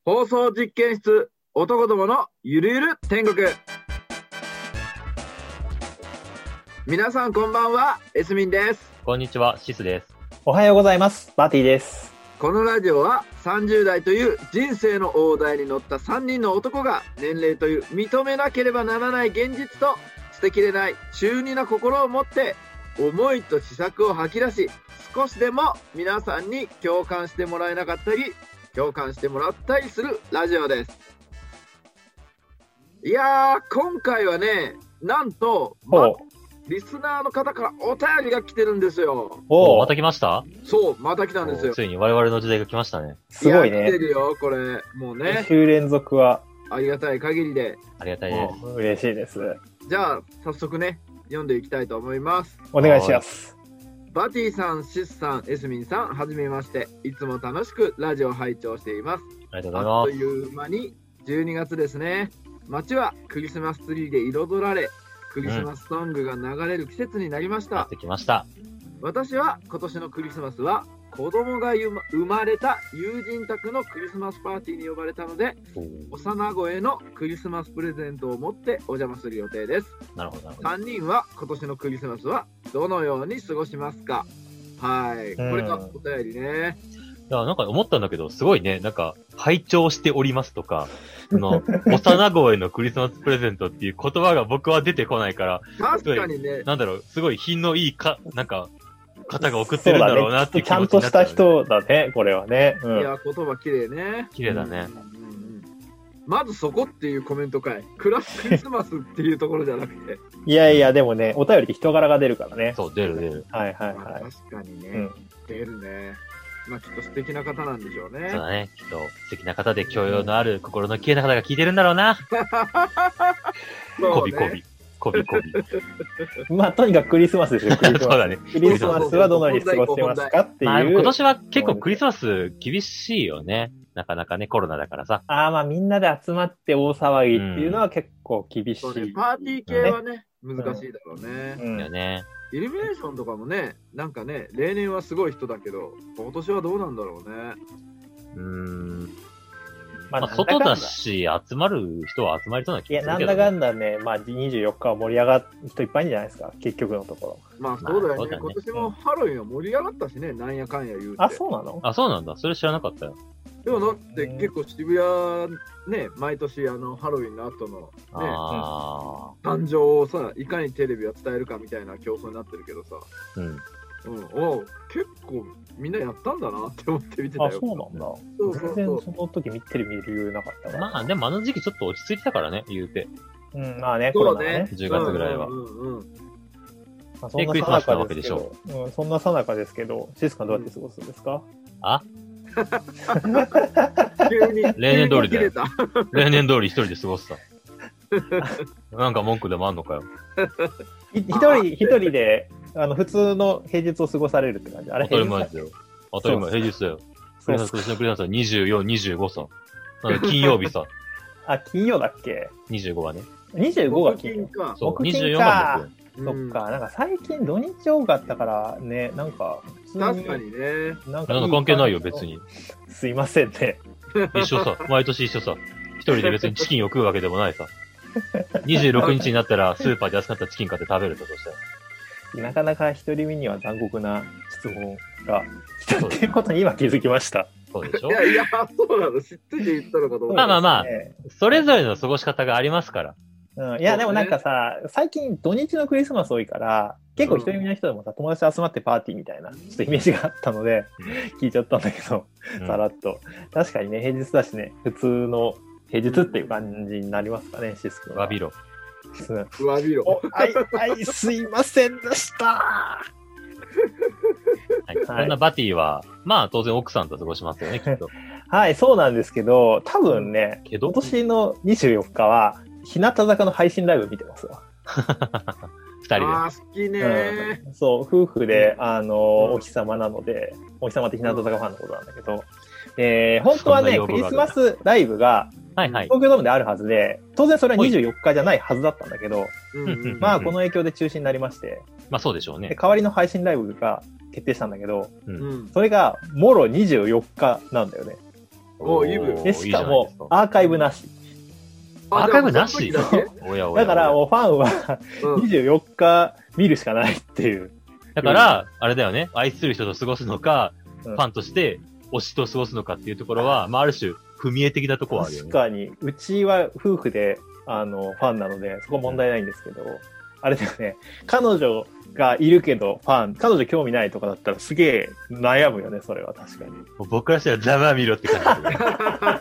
放送実験室男どものゆるゆる天国。皆さんこんばんは、エスミンです。 こんにちは、シスです。 おはようございます。バーティーです。 このラジオは30代という人生の大台に乗った3人の男が年齢という認めなければならない現実と捨てきれない中二な心を持って思いと思索を吐き出し、少しでも皆さんに共感してもらえなかったり共感してもらったりするラジオです。いやー、今回はね、なんと、リスナーの方からお便りが来てるんですよ。 また来ました？ そう、また来たんですよ。 ついに我々の時代が来ましたね。 すごいね。 来てるよ、これ。もうね。 2週連続は。 ありがたい限りで。 ありがたいです。 嬉しいです。 じゃあ、早速ね、読んでいきたいと思います。 お願いします。 バティさん、シスさん、エスミンさん、はじめまして。いつも楽しくラジオを拝聴しています。 ありがとうございます。 あっという間に12月ですね。街はクリスマスツリーで彩られ、クリスマスソングが流れる季節になりました。 やってきました。 私は今年のクリスマスは子供が生まれた友人宅のクリスマスパーティーに呼ばれたので、幼子へのクリスマスプレゼントを持ってお邪魔する予定です。 なるほど。 3人は今年のクリスマスはどのように過ごしますか？はい。これがお便りね。 いや、なんか思ったんだけど、すごいね、なんか、拝聴しておりますとか、幼子へのクリスマスプレゼントっていう言葉が僕は出てこないから、 確かにね。 なんだろう、すごい品のいいなんか、方が送ってるんだろうなっていう気持ちになっちゃんとした人だね、これはね。 いや、言葉綺麗ね。 綺麗だね。 まずそこっていうコメントかい。クリスマスっていうところじゃなくて。 いやいや、でもね、お便りって人柄が出るからね。 そう、出る。 はいはいはい。 確かにね、出るね。まあきっと素敵な方なんでしょうね。 そうだね。きっと素敵な方で教養のある心の綺麗な方が聞いてるんだろうな。こび。 まあとにかくクリスマスですよ、クリスマス。 そうだね。 クリスマスはどのように過ごしてますかっていう。 まあ今年は結構クリスマス厳しいよね。なかなかね、コロナだからさ。 まあみんなで集まって大騒ぎっていうのは結構厳しい。 ね、パーティー系はね、難しいだろうね。 よね。 イルミネーションとかもね、なんかね、例年はすごい人だけど、今年はどうなんだろうね。 まあ、外だし、集まる人は集まりそうな気がするけど、ね。 いや、なんだかんだね、まあ、24日は盛り上がる人いっぱいいるんじゃないですか、結局のところ。 まあ、そうだよね。今年もハロウィンは盛り上がったしね、なんやかんや言うて。 あ、そうなの？ あ、そうなんだ。それ知らなかったよ。 でもだって結構渋谷ね、毎年ハロウィンの後のね、誕生をさ、いかにテレビは伝えるかみたいな競争になってるけどさ。結構みんなやったんだなって思って見てたよ。 あ、そうなんだ。全然その時テレビ見る余裕なかったな。 まあでもあの時期ちょっと落ち着いてたからね、言うて。 まあね、コロナね。 10月ぐらいは。 そんなさなかですけど、そんなさなかですけど、シスさんどうやって過ごすんですか？ 例年通りだよ。例年通り一人で過ごすさ。なんか文句でもあんのかよ。 一人で、普通の平日を過ごされるって感じ。あれ当たり前ですよ。当たり前、平日だよ。クリスマス、今年のクリスマスは24、25さ。金曜日さ。 あ、金曜だっけ？ 25 はね。 25が金曜か。 そう、24が木曜。 そっか、なんか最近土日多かったからね、なんか普通に確かにね。 なんか関係ないよ、別に。 すいませんね。 一緒さ、毎年一緒さ。一人で別にチキンを食うわけでもないさ。26日になったらスーパーで安かったチキン買って食べるとしたら。なかなか一人身には残酷な質問が来たっていうことに今気づきました。 そうでしょ？ いや、そうなの。知ってて言ったのかと思う。 まあ、それぞれの過ごし方がありますから。 いや、でもなんかさ、最近土日のクリスマス多いから、結構一人身の人でもさ、友達集まってパーティーみたいな、ちょっとイメージがあったので、聞いちゃったんだけど、さらっと。確かにね、平日だしね、普通の平日っていう感じになりますかね、シス君は。 わびろ。 わびろ。 すいませんでした。 そんなバティは、まあ当然奥さんと過ごしますよね、きっと。 はい、そうなんですけど、多分ね、今年の24日は、日向坂の配信ライブ見てますわ。 二人で。 好きね、 そう、夫婦で、お日様なので、お日様って日向坂ファンのことなんだけど、本当はね、クリスマスライブが、東京ドームであるはずで、当然それは24日じゃないはずだったんだけど、まあこの影響で中止になりまして、 まあそうでしょうね。 代わりの配信ライブが決定したんだけど、それがもろ24日なんだよね。 おイブ。 で、しかも、アーカイブなし。 アーカイブなしだけおやおや。 だから、もうファンは24日見るしかないっていう。 だから、あれだよね。愛する人と過ごすのか、 うんファンとして推しと過ごすのかっていうところは、まあ、ある種、踏み絵的なところはあるよね。 確かに、うちは夫婦で、ファンなので、そこ問題ないんですけど、あれだよね、彼女がいるけど、ファン、彼女興味ないとかだったらすげえ悩むよね、それは確かに。 僕からしたらざま見ろって感じだね。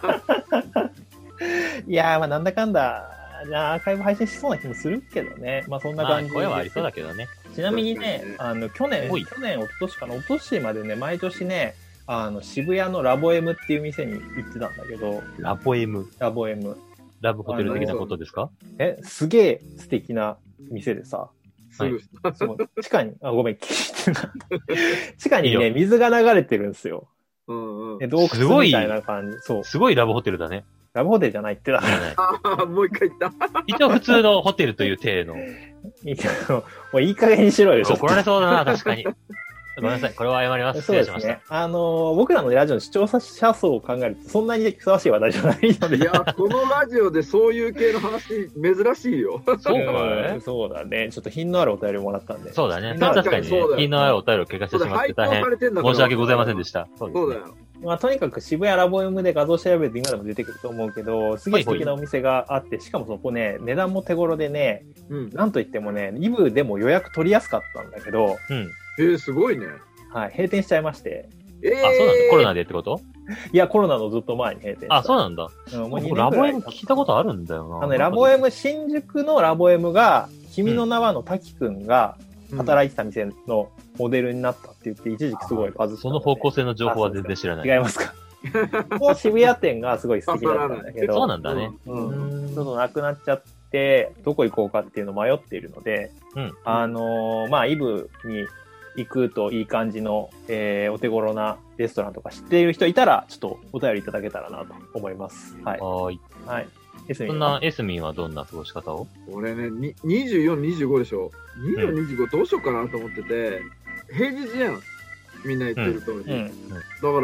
いやー、まあなんだかんだ、アーカイブ配信しそうな気もするけどね。まあそんなまあ、 感じ声はありそうだけどね。 ちなみにね、去年、 おい一昨年かな、一昨年までね、毎年ね、渋谷のラボ M っていう店に行ってたんだけど、 ラポ M。 ラボ M。 ラブホテル的なことですか？ すげえ素敵な店でさ、 すぐ。 そう地下に、ごめん、聞いてなかった地下にね、 いいよ水が流れてるんですよ。 うんうん。 で洞窟みたいな感じ。そう。 すごいラブホテルだね。 ラブホテルじゃないってだ。 もう一回言った。 一応普通のホテルという体の。 もういい加減にしろよ、ちょっと怒られそうだな、確かに。ごめんなさい。これは謝ります。失そう礼しました。 ですね。僕らのラジオの視聴者層を考えると、そんなにふさわしい話題じゃないので。 いや、このラジオでそういう系の話、珍しいよ。 そうかい？ そうだね。ちょっと品のあるお便りもらったんで。 そうだね。 まあ確かにねそうだよ、 品のあるお便りを怪我してしまって大変申し訳ございませんでした。そうですね。 そうだよ。 まあ、とにかく渋谷ラボ M で画像調べると今でも出てくると思うけど、すげえ素敵なお店があって、しかもそこね、値段も手頃でね、なんといってもね、イブでも予約取りやすかったんだけど、 すごいね。 はい、閉店しちゃいまして。 あ、そうなんだ。コロナでってこと？ いや、コロナのずっと前に閉店した。 あ、そうなんだ。 もうラボ M 聞いたことあるんだよな。 ラボ M、新宿のラボ M が、君の名はの滝くんが働いてた店のモデルになったって言って、一時期すごいバズった。 その方向性の情報は全然知らない。 違いますか。もう渋谷店がすごい素敵だったんだけど。 そうなんだね。 ちょっとなくなっちゃって、どこ行こうかっていうの迷っているので、まあ、イブに行くといい感じの、お手頃なレストランとか知っている人いたら、ちょっとお便りいただけたらなと思います。はい。はい。 そんなエスミンはどんな過ごし方を？ 俺ね、24、25でしょ。24、25どうしようかなと思ってて、平日じゃん。みんな言ってる通り。だから、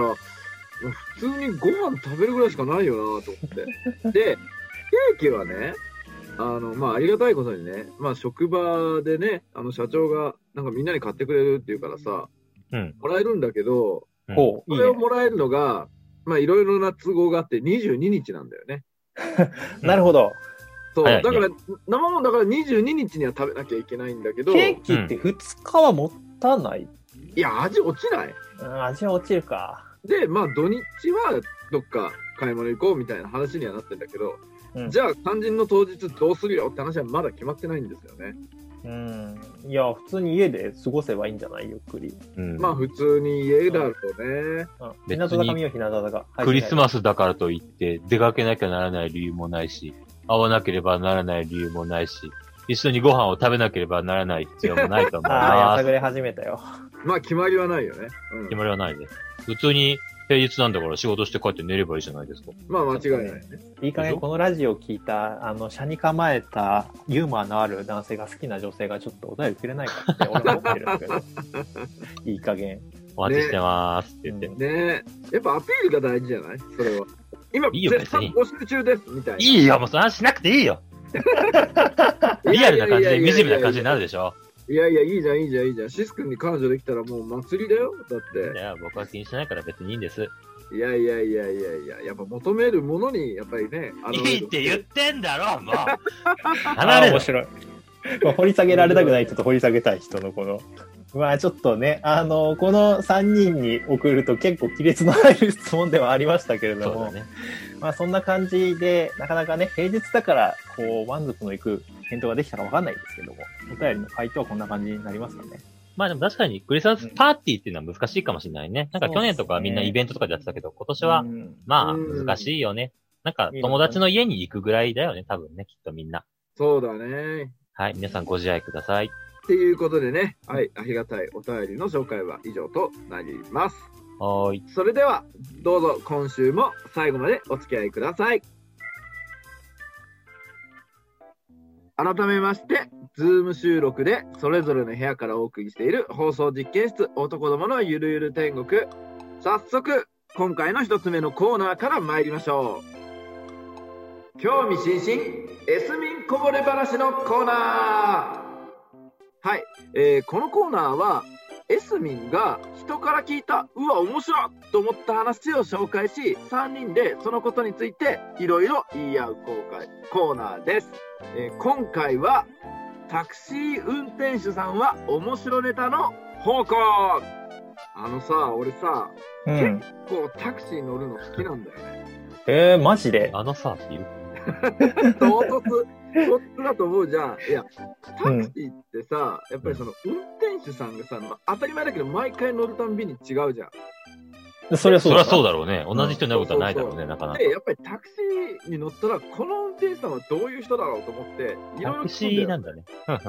普通にご飯食べるぐらいしかないよなと思って。で、ケーキはね、まあ、ありがたいことにね、まあ、職場でね、社長が、なんかみんなに買ってくれるっていうからさ、もらえるんだけど、これをもらえるのが、まあ、いろいろな都合があって22日なんだよね。 なるほど。 そう、だから、生もんだから22日には食べなきゃいけないんだけど、 ケーキって2日は持たない？ いや、味落ちない。 味は落ちるか。 で、まあ、土日はどっか買い物行こうみたいな話にはなってんだけど、じゃあ、肝心の当日どうするよって話はまだ決まってないんですよね。 いや、普通に家で過ごせばいいんじゃない？ゆっくり。 まあ、普通に家だろうね。 日向坂見よう、日向坂。 クリスマスだからといって、出かけなきゃならない理由もないし、会わなければならない理由もないし、一緒にご飯を食べなければならない必要もないと思うな。 やさぐれ始めたよ。 まあ、決まりはないよね。 決まりはないね。普通に平日なんだから仕事して帰って寝ればいいじゃないですか。 まあ、間違いないね。 いい加減このラジオを聞いた、車に構えたユーモアのある男性が好きな女性がちょっとお便りくれないかって俺は思ってるんだけど。いい加減。 お待ちしてまーすって言って。 ねやっぱアピールが大事じゃない？それは。今、絶賛募集中です、みたいな。 いいよ、もうその話しなくていいよ。リアルな感じで、惨めな感じになるでしょ。 いやいや、いいじゃん、いいじゃん、いいじゃん。シス君に彼女できたらもう祭りだよ、だって。 いや、僕は気にしないから別にいいんです。 いやいやいやいやいや、やっぱ求めるものに、やっぱりね。 いいって言ってんだろ、もう。離れろ。 面白い。掘り下げられたくない人と掘り下げたい人のこの。まあちょっとね、この3人に送ると結構亀裂の入る質問ではありましたけれども、まあそんな感じで、なかなかね、平日だから、こう、満足のいく返答ができたかわかんないんですけども、お便りの回答はこんな感じになりますかね。 まあでも確かにクリスマスパーティーっていうのは難しいかもしれないね。なんか去年とかみんなイベントとかでやってたけど、今年は、まあ難しいよね。なんか友達の家に行くぐらいだよね、多分ね、きっとみんな。 そうだね。 はい、皆さんご自愛ください。 っていうことでね、はい、ありがたいお便りの紹介は以上となります。 はーい。 それでは、どうぞ今週も最後までお付き合いください。改めまして、ズーム収録でそれぞれの部屋からお送りしている放送実験室男どものゆるゆる天国。早速、 今回の一つ目のコーナーから参りましょう。興味津々、エスミンこぼれ話のコーナー。はい、このコーナーは、エスミンが人から聞いた、うわ、面白いと思った話を紹介し、3人でそのことについていろいろ言い合うコーナーです。今回は、タクシー運転手さんは面白ネタの方向。俺さ、結構タクシー乗るの好きなんだよね。 マジでっていう唐突だと思うじゃん。いや、タクシーってさ、やっぱりその運転手さんがさ、当たり前だけど毎回乗るたんびに違うじゃん。 そりゃそうだろうね。同じ人になることはないだろうね、なかなか。 で、やっぱりタクシーに乗ったら、この運転手さんはどういう人だろうと思って、いろいろ聞くんだよ。 タクシーなんだね。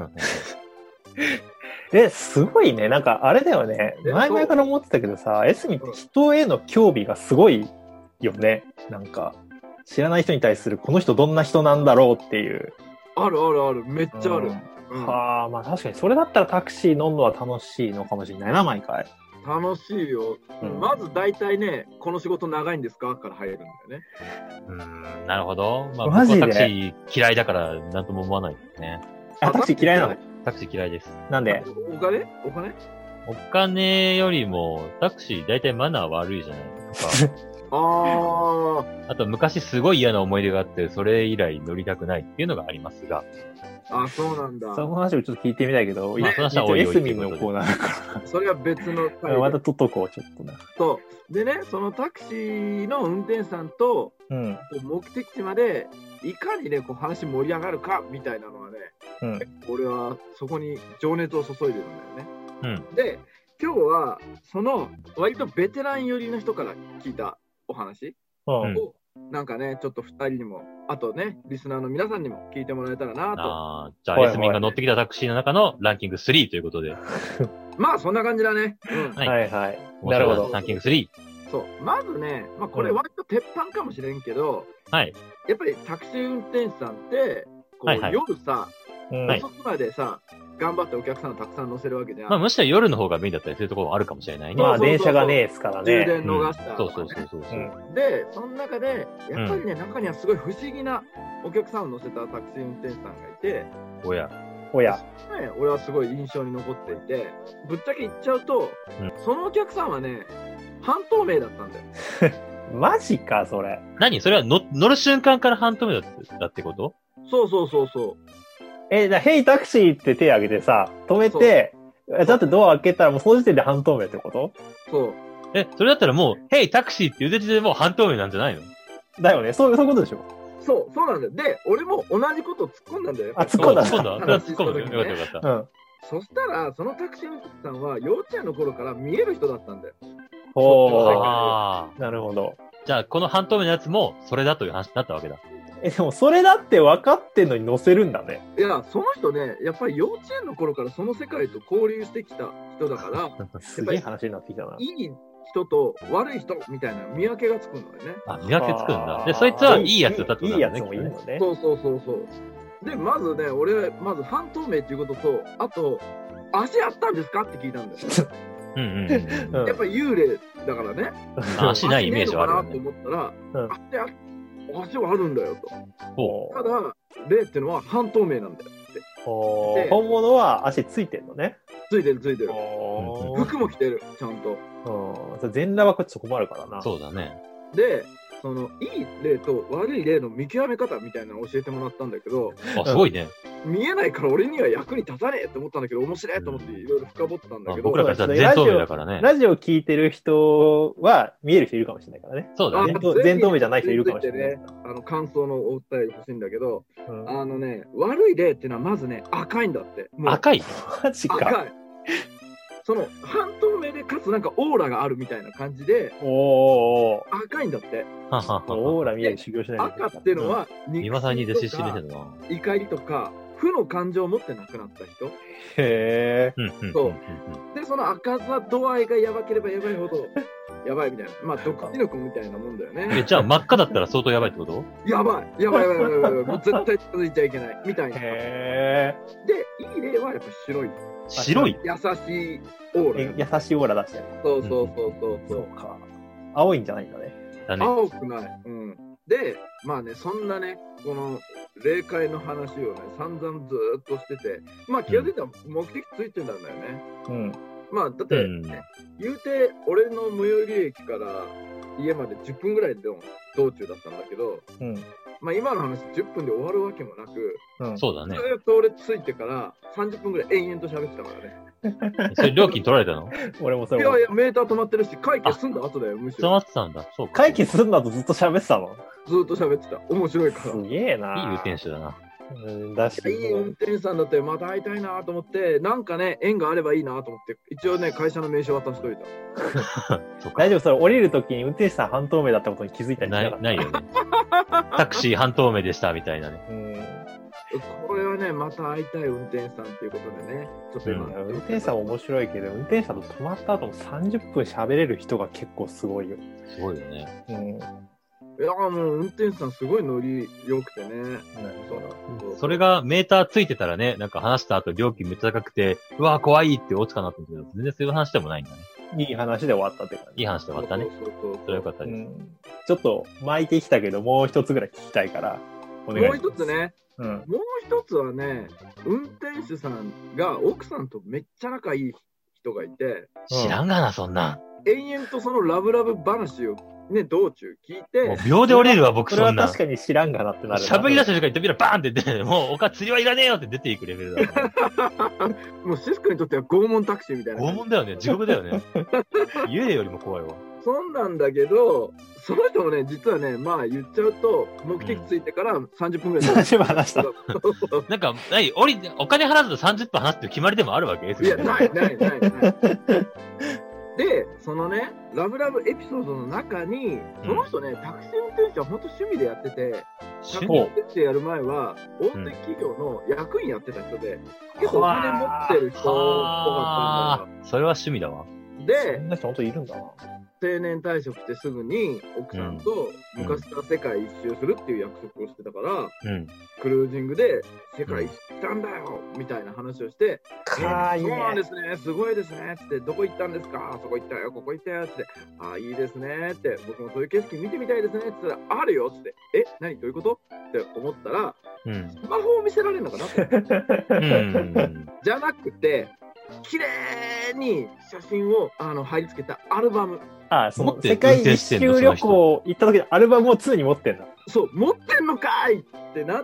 すごいね。なんか、あれだよね。前々から思ってたけどさ、エスミンって人への興味がすごいよね。なんか、知らない人に対する、この人どんな人なんだろうっていう。 ある、めっちゃある。 はあ、まあ確かに、それだったらタクシー乗るのは楽しいのかもしれないな、毎回。 楽しいよ。まず大体ね、この仕事長いんですかから入るんだよね。 なるほど。まあ、僕はタクシー嫌いだからなんとも思わないですね。 タクシー嫌いなの？ タクシー嫌いです。 なんで？ お金よりも、タクシー大体マナー悪いじゃないですか。あと昔すごい嫌な思い出があって、それ以来乗りたくないっていうのがありますが。 そうなんだ。 その話をちょっと聞いてみたいけど、 その話はおいおいエスミンのコーナーだから。 それは別の回で。 また取っとこう、ちょっとな。 そう。でね、そのタクシーの運転手さんと、目的地まで、いかにね、話盛り上がるか、みたいなのはね、俺はそこに情熱を注いでるんだよね。で、今日は、その、割とベテラン寄りの人から聞いたお話を、なんかね、ちょっと2人にも、あとね、リスナーの皆さんにも聞いてもらえたらなと。 じゃあ、エスミンが乗ってきたタクシーの中のランキング3ということで。 まあ、そんな感じだね。 はいはい。 なるほど。ランキング3。 そう。まずね、これ割と鉄板かもしれんけど、やっぱりタクシー運転手さんって、夜さ、遅くまでさ、頑張ってお客さんをたくさん乗せるわけじゃん。 まあ、むしろ夜の方がメインだったりするところもあるかもしれないね。 まあ、電車がねえですからね。 充電逃した。 そう。 で、その中で、やっぱりね、中にはすごい不思議なお客さんを乗せたタクシー運転手さんがいて、 俺はすごい印象に残っていて、ぶっちゃけ言っちゃうと、そのお客さんはね、半透明だったんだよ。 マジか、それ。 それは乗る瞬間から半透明だってこと？ そう。 じゃあ、ヘイタクシーって手挙げてさ、止めて、だってドア開けたらもうその時点で半透明ってこと？ そう。 それだったらもう、ヘイタクシーって言う時点でもう半透明なんじゃないの？ だよね。そういうことでしょ。 そうなんだよ。で、俺も同じことを突っ込んだんだよ。 突っ込んだ。 突っ込んだ。よかった。 そしたら、そのタクシー運転手さんは幼稚園の頃から見える人だったんだよ。 なるほど。 じゃあ、この半透明のやつも、それだという話になったわけだ。 でも、それだって分かってんのに乗せるんだね。 いや、その人ね、やっぱり幼稚園の頃からその世界と交流してきた人だから、 すげえ話になってきたな。 いい人と悪い人みたいな見分けがつくのよね。 見分けつくんだ。で、そいつはいいやつだったんだね。 いいやつもいいのね。 そう。で、まずね、俺、半透明っていうことと、あと、足あったんですかって聞いたんだよ。やっぱり幽霊だからね。 足ないイメージはあるよね。 足ねえのかなと思ったら、足はあるんだよと。ただ、霊ってのは半透明なんだよって。 本物は足ついてんのね。 ついてる。服も着てる、ちゃんと。 全裸はこっち困るからな。 そうだね。 で、その、いい霊と悪い霊の見極め方みたいなのを教えてもらったんだけど、 すごいね。 見えないから俺には役に立たねえって思ったんだけど、面白いと思っていろいろ深掘ったんだけど。 僕らからしたら全透明だからね。 ラジオ聞いてる人は見える人いるかもしれないからね。 そうだね。 全透明じゃない人いるかもしれない。 感想のお便り欲しいんだけど、悪い霊っていうのはまずね、赤いんだって。 赤い？ マジか。 赤い。その半透明でかつなんかオーラがあるみたいな感じで、赤いんだって。 オーラ見える修行しないと。赤っていうのは、 今さんに弟子知れてるな。 怒りとか、負の感情を持って亡くなった人。 へー。そう。で、その赤さ度合いがやばければやばいほど、やばいみたいな。まあ、毒キノコみたいなもんだよね。 じゃあ真っ赤だったら相当やばいってこと？ やばい。もう絶対近づいちゃいけない。みたいな。で、いい例はやっぱ白い。 白い？ 優しいオーラ。 優しいオーラ出してる。 そうか。 青いんじゃないんだね。 だね。 青くない。うん。で、まあね、そんなね、この霊界の話をね、散々ずーっとしてて、まあ気が付いたら目的ついてたんだよね。 うん。 まあだって、ね、言うて、俺の最寄り駅から家まで10分ぐらいの道中だったんだけど、うん。まあ今の話10分で終わるわけもなく、 うん、そうだね。 ずっと俺着いてから30分ぐらい延々と喋ってたからね。それ料金取られたの？ 俺もそれも。いやいや、メーター止まってるし、会計済んだ後だよ、むしろ。 止まってたんだ。そうか。 会計済んだ後ずっと喋ってたの？ ずっと喋ってた。面白いから。 すげえな。 いい運転手だな。 だし。 いい運転手さんだってまた会いたいなと思って、なんかね、縁があればいいなと思って、一応ね、会社の名刺渡しといた。 大丈夫、それ降りるときに運転手さん半透明だったことに気づいたりしなかった？ ないよね。タクシー半透明でしたみたいなね。 これはね、また会いたい運転手さんっていうことでね、ちょっと今、 運転手さんも面白いけど、運転手さんと止まった後も30分喋れる人が結構すごいよ。 すごいよね。 いやもう運転手さんすごいノリ良くてね。 それがメーターついてたらね、なんか話した後料金めっちゃ高くて、うわー怖いって落ちかなって思うけど、全然そういう話でもないんだね。 いい話で終わったって感じ。 いい話で終わったね。それはよかったです。 ちょっと巻いてきたけど、もう一つぐらい聞きたいから、 お願いします。もう一つね。もう一つはね、運転手さんが奥さんとめっちゃ仲いい人がいて。 知らんがな、そんな。 延々とそのラブラブ話をね、道中聞いて。 もう秒で降りるわ、僕そんな。 それは確かに知らんがなってなる。 喋り出した瞬間に扉バーンって出て、もうおか釣りはいらねえよって出ていくレベルだ。 もうシスコにとっては拷問タクシーみたいな。 拷問だよね、地獄だよね。家よりも怖いわ。 そんなんだけど、その人もね、実はね、まあ言っちゃうと、目的ついてから30分ぐらい。 30分話した。 なんか、お金払うと30分話すって決まりでもあるわけ？ いや、ない。で、そのね、ラブラブエピソードの中に、その人ね、タクシー運転手は本当趣味でやってて、タクシー運転手やる前は、大手企業の役員やってた人で、結構お金持ってる人っぽかったんだよ。 それは趣味だわ。 で、そんな人本当いるんだな。 定年退職してすぐに奥さんと昔から世界一周するっていう約束をしてたから、クルージングで世界一周したんだよみたいな話をして、そうなんですね、すごいですねって、どこ行ったんですか、そこ行ったよ、ここ行ったよって、ああいいですねって、僕もそういう景色見てみたいですねって言ったら、あるよって、何どういうことって思ったら、スマホを見せられるのかなって。じゃなくて、綺麗に写真を貼り付けたアルバム。 その世界一周旅行行った時のアルバムを常に持ってんだ。 そう、持ってんのかいってなって、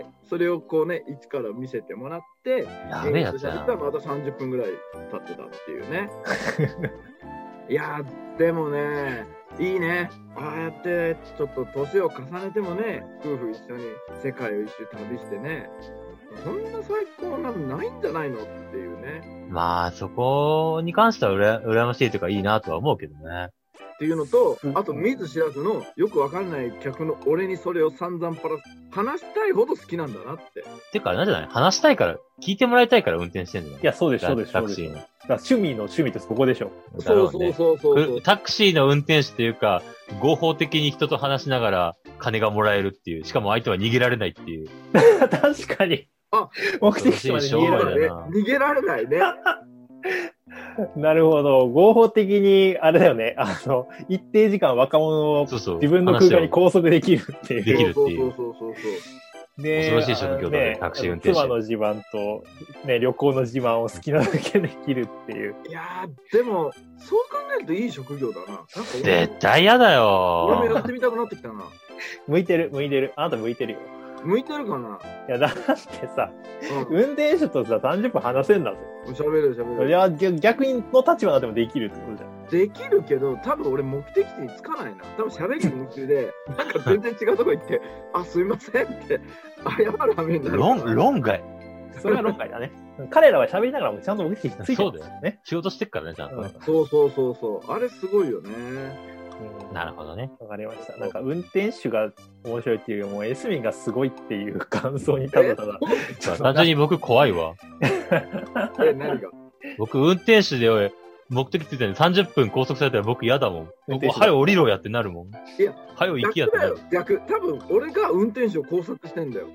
それをこうね、一から見せてもらって、 やべえやつだな。 また30分ぐらい経ってたっていうね。いやー、でもね、いいね。ああやって、ちょっと年を重ねてもね、夫婦一緒に世界を一周旅してね、そんな最高なのないんじゃないのっていうね。 まあ、そこに関しては羨ましいというかいいなとは思うけどね。 っていうのと、あと見ず知らずのよくわかんない客の俺にそれを散々話したいほど好きなんだなって。 てか、なんじゃない話したいから、聞いてもらいたいから運転してんじゃない？ いや、そうです。 タクシーの。 趣味ってそこでしょ。 そう。 タクシーの運転手っていうか、合法的に人と話しながら金がもらえるっていう、しかも相手は逃げられないっていう。 確かに。目的地まで逃げられない。 逃げられないね。 なるほど。合法的に、あれだよね。一定時間若者を自分の空間に拘束できるっていう。 できるっていう。 で、 恐ろしい職業だね、タクシー運転手。 妻の自慢と、ね、旅行の自慢を好きなだけできるっていう。 いやー、でも、そう考えるといい職業だな。 絶対嫌だよ。 俺もやってみたくなってきたな。 向いてる。あなた向いてるよ。 向いてるかな。 いや、だってさ、運転手とさ、30分話せんだぜ。 喋る。 いや、逆の立場でもできるってことじゃん。 できるけど、多分俺目的地に着かないな。多分喋り夢中で、なんか全然違うとこ行って、すいませんって謝る羽目になる。 論外。 それは論外だね。彼らは喋りながらもちゃんと目的地に着いてるんだよね。 仕事してっからね、ちゃんとね。 そう。あれすごいよね。 なるほどね。 わかりました。なんか運転手が面白いっていうよりも、エスミンがすごいっていう感想にただただ。 単純に僕怖いわ。 何が？ 僕運転手で目的地で30分拘束されたら僕嫌だもん。僕、早降りろやってなるもん。 いや、 早行きやってなる。 逆。多分俺が運転手を拘束してんだよ。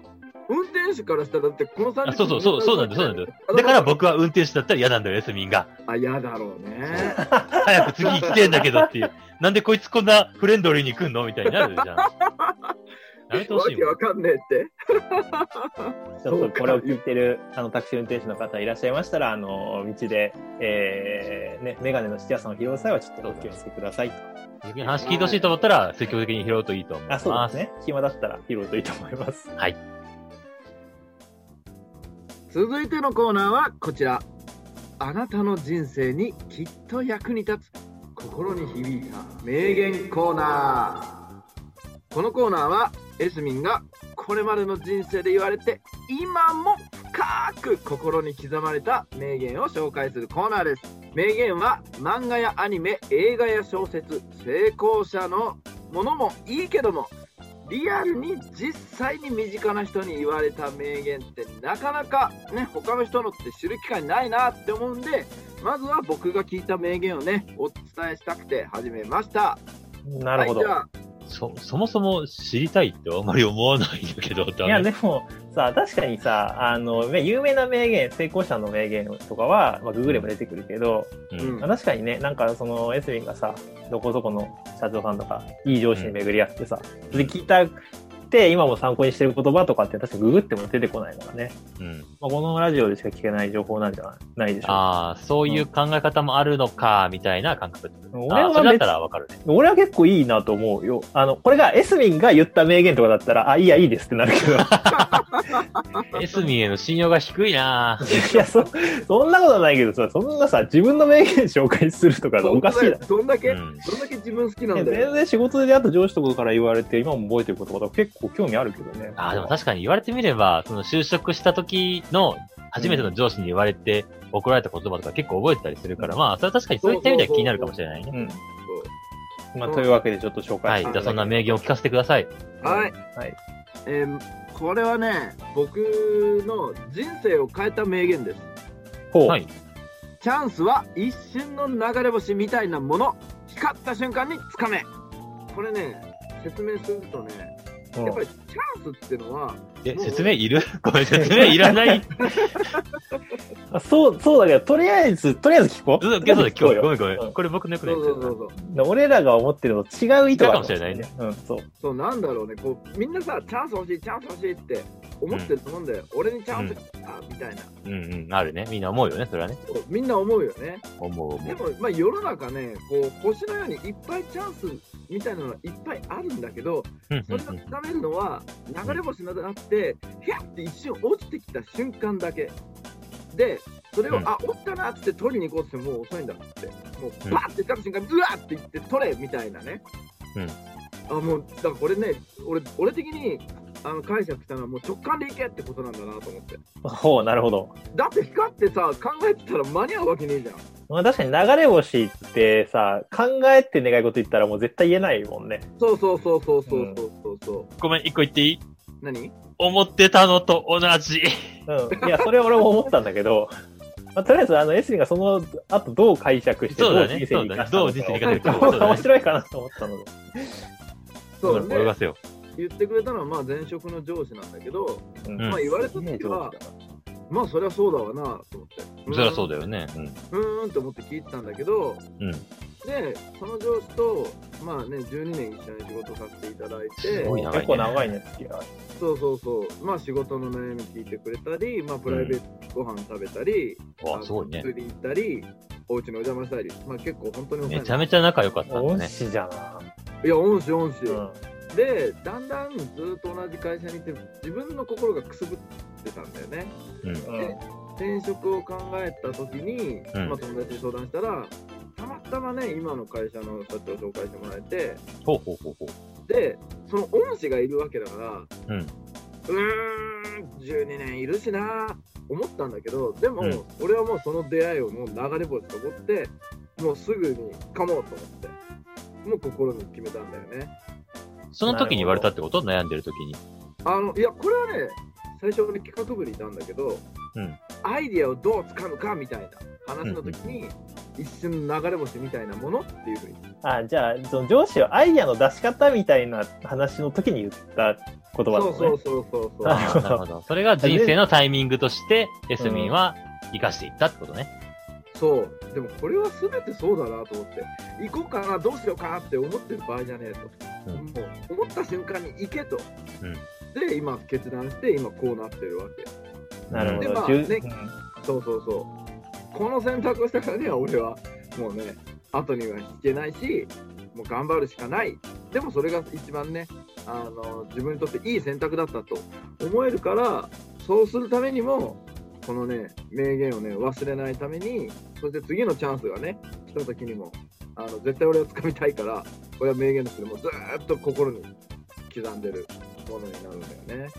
運転手からしたらだってこの30分そうなんだよ。だから僕は運転手だったら嫌なんだよ、エスミンが。 嫌だろうね。 早く次行きてんだけどっていう。なんでこいつこんなフレンドリーに来んのみたいになるじゃん。やめてほしいもん。 わけわかんねえって。 ちょっとこれを聞いてるタクシー運転手の方いらっしゃいましたら、道で、メガネの質屋さんを拾う際はちょっとお気をつけくださいと。 逆に話聞いてほしいと思ったら、積極的に拾うといいと思います。 そうですね。暇だったら拾うといいと思います。 はい。 続いてのコーナーはこちら。あなたの人生にきっと役に立つ、心に響いた名言コーナー。このコーナーはエスミンがこれまでの人生で言われて今も深く心に刻まれた名言を紹介するコーナーです。名言は漫画やアニメ、映画や小説、成功者のものもいいけども、リアルに実際に身近な人に言われた名言ってなかなかね、他の人のって知る機会ないなって思うんで、まずは僕が聞いた名言をね、お伝えしたくて始めました。 なるほど。 はい、じゃあそもそも知りたいってあんまり思わないんだけど。 いや、でもさ、確かにさ、有名な名言、成功者の名言とかは、ググれば出てくるけど、確かにね、なんかそのエスミンがさ、どこそこの社長さんとか、いい上司に巡り合ってさ、で聞いたって今も参考にしてる言葉とかって確かググっても出てこないからね。このラジオでしか聞けない情報なんじゃないでしょうか。 そういう考え方もあるのか、みたいな感覚。それだったらわかるね。 俺は結構いいなと思うよ。これがエスミンが言った名言とかだったら、いいですってなるけど。エスミンへの信用が低いないや、そんなことないけどさ、そんなさ、自分の名言紹介するとかおかしいだろ。 どんだけ自分好きなんだよ。 全然仕事で出会った上司とかから言われて、今も覚えてることとか結構興味あるけどね。 でも確かに言われてみれば、その就職した時の初めての上司に言われて怒られた言葉とか結構覚えてたりするから、それは確かにそういった意味では気になるかもしれないね。 というわけでちょっと紹介して。 じゃあそんな名言を聞かせてください。 はい。これはね、僕の人生を変えた名言です。 はい。 チャンスは一瞬の流れ星みたいなもの、光った瞬間につかめ。これね、説明するとね、やっぱりチャンスってのは、 説明いる？ごめん、説明いらない。 そうだけど、とりあえず聞こう。 聞こうよ。ごめん。これ僕の役ね。 俺らが思ってるのと違う意図かもしれないね。 そう、なんだろうね。みんなさ、チャンス欲しいって思ってると思うんだよ。俺にチャンスみたいな。あるね。みんな思うよね、それはね。 みんな思うよね。 思う。 でも、世の中ね、星のようにいっぱいチャンスみたいなのはいっぱいあるんだけど、それがつかめるのは、流れ星などあって、ひゃって一瞬落ちてきた瞬間だけ。で、それを、落ちたなって取りに行こうとしてもう遅いんだって。もう、バーって来た瞬間に、うわーって言って取れみたいなね。もう、だからこれね、俺的に、解釈したのはもう直感で行けってことなんだなと思って。 なるほど。 だって光ってさ、考えてたら間に合うわけねえじゃん。 確かに流れ星ってさ、考えて願い事言ったらもう絶対言えないもんね。 そう。 ごめん、一個言っていい？ 何？ 思ってたのと同じ。 いや、それ俺も思ったんだけど、とりあえずエスミンがその後どう解釈して、どう人生に生かしたのか、どう人生に生かせるか、面白いかなと思ったので。 そうね。泳がせよ。 言ってくれたのは前職の上司なんだけど、言われた時は、そりゃそうだわなと思って。 そりゃそうだよね。 って思って聞いてたんだけど、で、その上司と、12年一緒に仕事させていただいて、 結構長いね、付き合い。 そう。仕事の悩み聞いてくれたり、プライベートご飯食べたり、釣り行ったり、お家にお邪魔したり、結構本当にめちゃめちゃ仲良かったんだね。 恩師じゃな。 いや、恩師。で、だんだんずっと同じ会社にいて、自分の心がくすぶってたんだよね。で、転職を考えた時に、友達に相談したら、たまたまね、今の会社の社長を紹介してもらえて、で、その恩師がいるわけだから、12年いるしな思ったんだけど、でも、俺はもうその出会いをもう流れ星と思って、もうすぐに噛もうと思って、もう心に決めたんだよね。 その時に言われたってこと？悩んでる時に。 いや、これはね、最初に企画部にいたんだけど、アイディアをどう掴むかみたいな話の時に、一瞬流れ星みたいなものっていうふうに。 じゃあ、その上司はアイディアの出し方みたいな話の時に言った言葉だもんね。 そう。 なるほど。それが人生のタイミングとして、エスミンは生かしていったってことね。 そう。でもこれは全てそうだなと思って、行こうかな、どうしようかなって思ってる場合じゃねえと。もう思った瞬間に行けと。で、今決断して、今こうなってるわけ。 なるほど。 で、まあね、そう。この選択をしたからには、俺はもうね、後には引けないし、もう頑張るしかない。でもそれが一番ね、自分にとっていい選択だったと思えるから、そうするためにも、このね、名言をね、忘れないために、そして次のチャンスがね、来た時にも、絶対俺は掴みたいから、これは名言ですけども、ずーっと心に刻んでるものになるんだよね。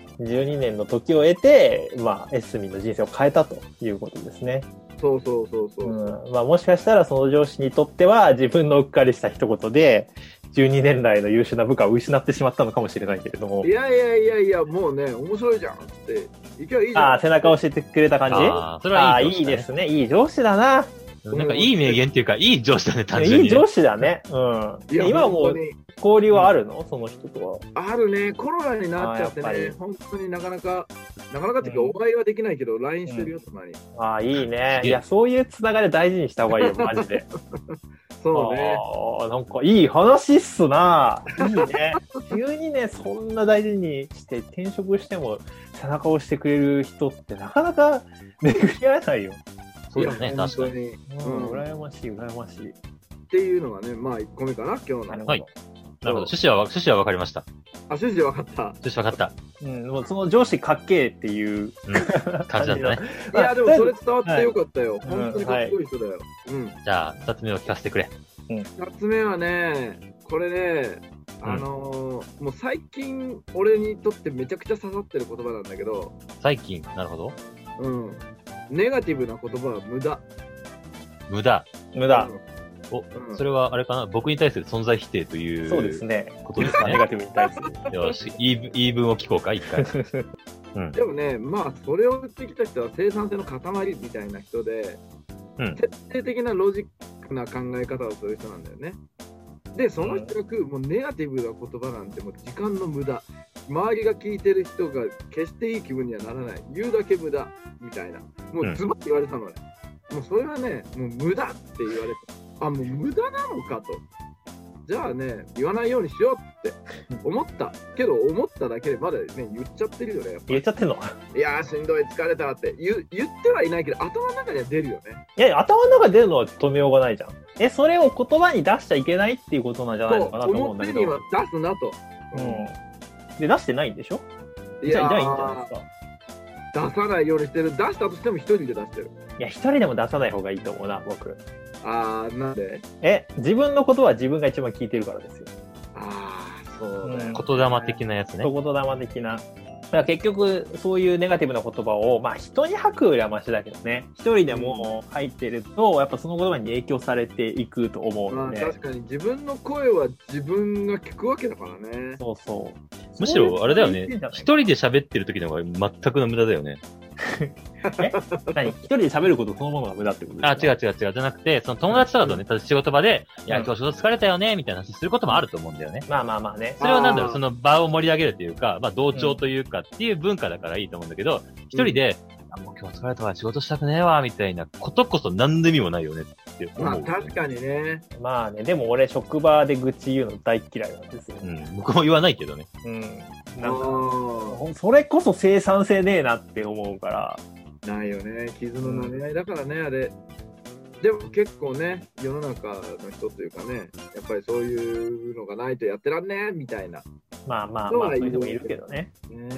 12年の時を得て、まあ、エスミンの人生を変えたということですね。 そう。 まあ、もしかしたらその上司にとっては自分のうっかりした一言で、12年来の優秀な部下を失ってしまったのかもしれないけれども。 いや、もうね、面白いじゃんって。いけばいいじゃん。 背中を押してくれた感じ？ それはいい上司だね。 いいですね。いい上司だな。 なんかいい名言っていうか、いい上司だね、単純に、ね。 いい上司だね。今はもう、交流はあるの？その人とは。 あるね。コロナになっちゃってね、本当になかなかっていうか、お会いはできないけど、LINE してるよ、たまに。 いいね。いや、そういうつながり大事にした方がいいよ、マジで。 そうね。 なんかいい話っすな。いいね。12年そんな大事にして転職しても背中を押してくれる人ってなかなか巡り合えないよ。 そうだね、確かに。 羨ましい。 っていうのがね、まあ1個目かな、今日の。 はい。なるほど。趣旨は分かりました。 趣旨分かった。 趣旨分かった。 もうその上司かっけーっていう感じだったね。 いや、でもそれ伝わってよかったよ。本当にかっこいい人だよ。 じゃあ、2つ目を聞かせてくれ。 2つ目はね、これね、もう最近俺にとってめちゃくちゃ刺さってる言葉なんだけど。 最近、なるほど。 ネガティブな言葉は無駄。 無駄。それはあれかな、僕に対する存在否定という。 そうですね。 ことですね。 ネガティブに対する。 よし、言い分を聞こうか、一回。 でもね、まあ、それを言ってきた人は生産性の塊みたいな人で、徹底的なロジックな考え方をする人なんだよね。で、その人が食う、もうネガティブな言葉なんてもう時間の無駄。周りが聞いてる人が決していい気分にはならない。言うだけ無駄。みたいな。もうズバッて言われたのね。もうそれはね、もう無駄って言われた。もう無駄なのかと。じゃあね、言わないようにしようって思った。けど、思っただけでまだね、言っちゃってるよね。 言っちゃってんの？ いやー、しんどい、疲れたって言ってはいないけど、頭の中には出るよね。 いや、頭の中に出るのは止めようがないじゃん。それを言葉に出しちゃいけないっていうことなんじゃないのかなと思うんだけど。 表には出すなと。 で、出してないんでしょ？じゃあいいんじゃないですか。 出さないようにしてる。出したとしても一人で出してる。 いや、一人でも出さない方がいいと思うな、僕。 なんで？ 自分のことは自分が一番聞いてるからですよ。 そうだよ。 言霊的なやつね。 言霊的な。だから結局、そういうネガティブな言葉を、まあ人に吐くよりはマシだけどね。一人でも入ってると、やっぱその言葉に影響されていくと思うので。 確かに自分の声は自分が聞くわけだからね。 そう。 むしろ、あれだよね。一人で喋ってる時の方が全くの無駄だよね。 何？一人で喋ることそのものが無駄ってことですか？ 違う。じゃなくて、その友達とかとね、仕事場で、いや、今日仕事疲れたよね、みたいな話することもあると思うんだよね。 まあね。 それはなんだろう、その場を盛り上げるというか、まあ同調というかっていう文化だからいいと思うんだけど、一人で、もう今日疲れたわ、仕事したくねえわ、みたいなことこそ何の意味もないよねって思う。 確かにね。 まあね、でも俺職場で愚痴言うの大嫌いなんですよ。 僕も言わないけどね。 なんか、それこそ生産性ねえなって思うから。 ないよね。傷の舐め合いだからね、あれ。でも結構ね、世の中の人というかね、やっぱりそういうのがないとやってらんねえみたいな。 まあ、そういう人もいるけどね。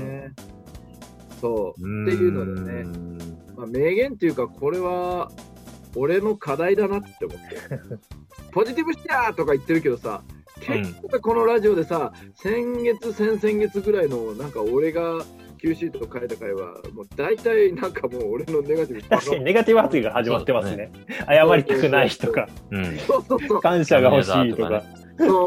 そう。っていうのでね、まあ、名言っていうか、これは俺の課題だなって思って。ポジティブシャーとか言ってるけどさ、結構このラジオでさ、先々月ぐらいのなんか俺がQシートと書いた回は、もう大体なんかもう俺のネガティブ。 確かにネガティブ発言が始まってますね。謝りたくないとか、 そう感謝が欲しいとか。 そう。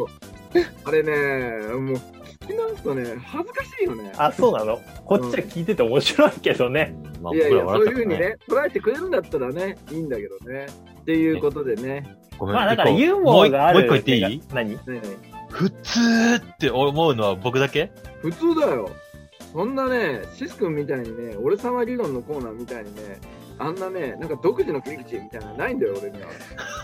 あれね、もう聞き直すとね、恥ずかしいよね。 そうなの？こっちは聞いてて面白いけどね。 いや、そういう風にね、捉えてくれるんだったらね、いいんだけどね。っていうことでね。 まあだからユーモアがある。 もう一個言っていい？ 何？ 普通って思うのは僕だけ？ 普通だよ。そんなね、シス君みたいにね、俺様理論のコーナーみたいにね、あんなね、なんか独自の切り口みたいなのないんだよ、俺には。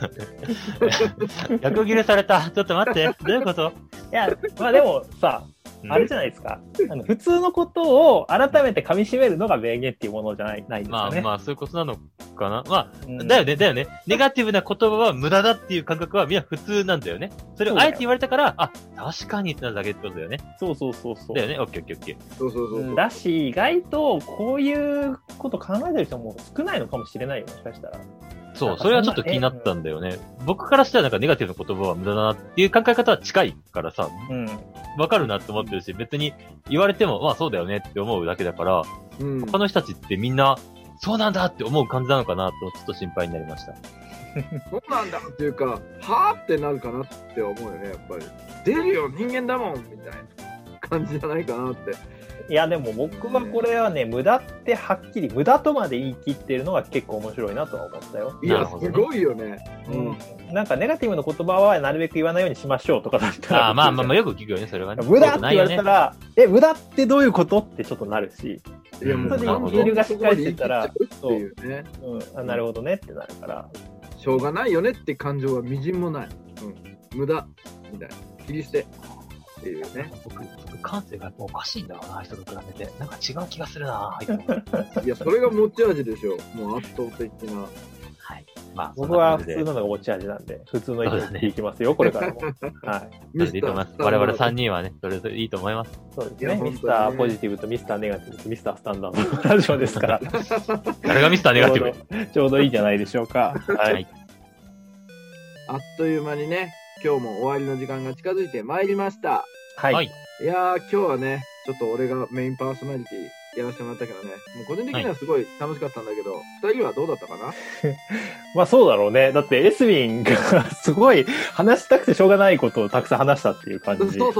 逆切れされた。ちょっと待って。どういうこと？ いや、まあでもさ、あれじゃないですか。普通のことを改めて噛み締めるのが名言っていうものじゃないですかね。 まあまあ、そういうことなのかな。まあ、だよね。ネガティブな言葉は無駄だっていう感覚はみんな普通なんだよね。それをあえて言われたから、あ、確かにってなるだけってことだよね。 そう。 だよね。オッケー。 そう。 だし、意外とこういうこと考えてる人も少ないのかもしれないよ、もしかしたら。 そう、それはちょっと気になったんだよね。僕からしたらなんかネガティブな言葉は無駄だなっていう考え方は近いからさ、わかるなって思ってるし、別に言われても、まあそうだよねって思うだけだから、他の人たちってみんな、そうなんだって思う感じなのかなと、ちょっと心配になりました。 そうなんだっていうか、はぁってなるかなって思うよね、やっぱり。出るよ、人間だもんみたいな感じじゃないかなって。 いやでも僕はこれはね、無駄ってはっきり無駄とまで言い切ってるのが結構面白いなとは思ったよ。 いや、すごいよね。 なんかネガティブな言葉はなるべく言わないようにしましょうとかだったら。 まあよく聞くよね、それはね。 無駄って言われたら、無駄ってどういうことってちょっとなるし。いや、もう理由がしっかりしてたら、なるほどねってなるから。 しょうがないよねって感情はみじんもない。無駄みたいな。切り捨て。っていうね、 僕感性がやっぱおかしいんだろうな、人と比べて。なんか違う気がするな。 いや、それが持ち味でしょ。もう圧倒的な。 はい。まあ、 僕は普通なのが持ち味なんで、普通の意見でいきますよ、これからも。はい。 いいと思います。我々3人はね、それぞれいいと思います。 そうですね。ミスターポジティブとミスターネガティブとミスタースタンダードラジオですから。 誰がミスターネガティブ？ちょうどいいんじゃないでしょうか。はい。 あっという間にね、今日も終わりの時間が近づいてまいりました。 はい。 いやー、今日はね、ちょっと俺がメインパーソナリティやらせてもらったけどね、もう個人的にはすごい楽しかったんだけど、二人はどうだったかな？ まあそうだろうね。だってエスミンがすごい話したくてしょうがないことをたくさん話したっていう感じ。 そう。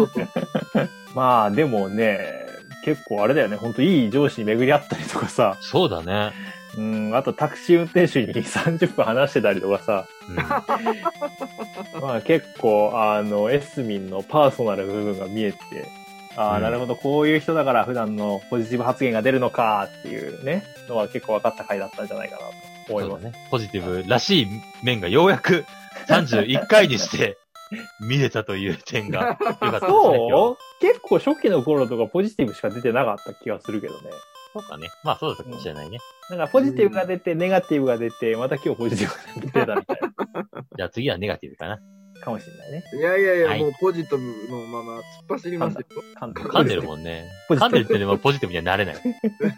まあでもね、結構あれだよね。ほんといい上司に巡り合ったりとかさ。 そうだね。 あとタクシー運転手に30分話してたりとかさ。まあ結構、エスミンのパーソナル部分が見えて、なるほど、こういう人だから普段のポジティブ発言が出るのかっていうね、のは結構分かった回だったんじゃないかなと思いますね。 ポジティブらしい面がようやく31回にして見れたという点が良かったですね。 そう結構初期の頃とかポジティブしか出てなかった気がするけどね。 そうかね。まあそうだったかもしれないね。 なんかポジティブが出て、ネガティブが出て、また今日ポジティブが出たみたいな。 じゃあ次はネガティブかな。 かもしれないね。 いや、もうポジティブのまま突っ走りますよ。 噛んでるもんね。噛んでるってでもポジティブにはなれない。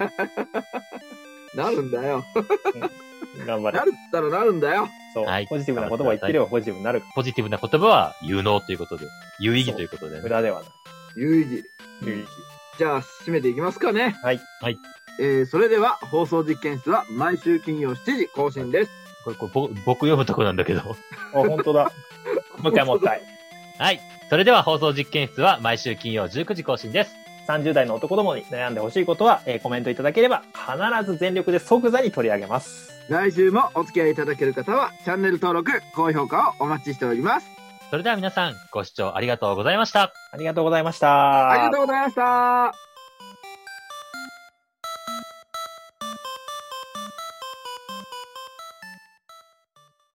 なるんだよ。 頑張れ。 なるったらなるんだよ。 そう。ポジティブな言葉言ってればポジティブになる。 ポジティブな言葉は有能ということで。有意義ということで。 無駄ではない。 有意義。じゃあ、締めていきますかね。 はい。 それでは、放送実験室は毎週金曜7時更新です。 これ僕読むとこなんだけど。 本当だ。もう一回もう一回。 はい。それでは放送実験室は毎週金曜19時更新です。 30代の男どもに悩んでほしいことは、コメントいただければ必ず全力で即座に取り上げます。 来週もお付き合いいただける方はチャンネル登録、高評価をお待ちしております。 それでは皆さんご視聴ありがとうございました。 ありがとうございました。 ありがとうございました。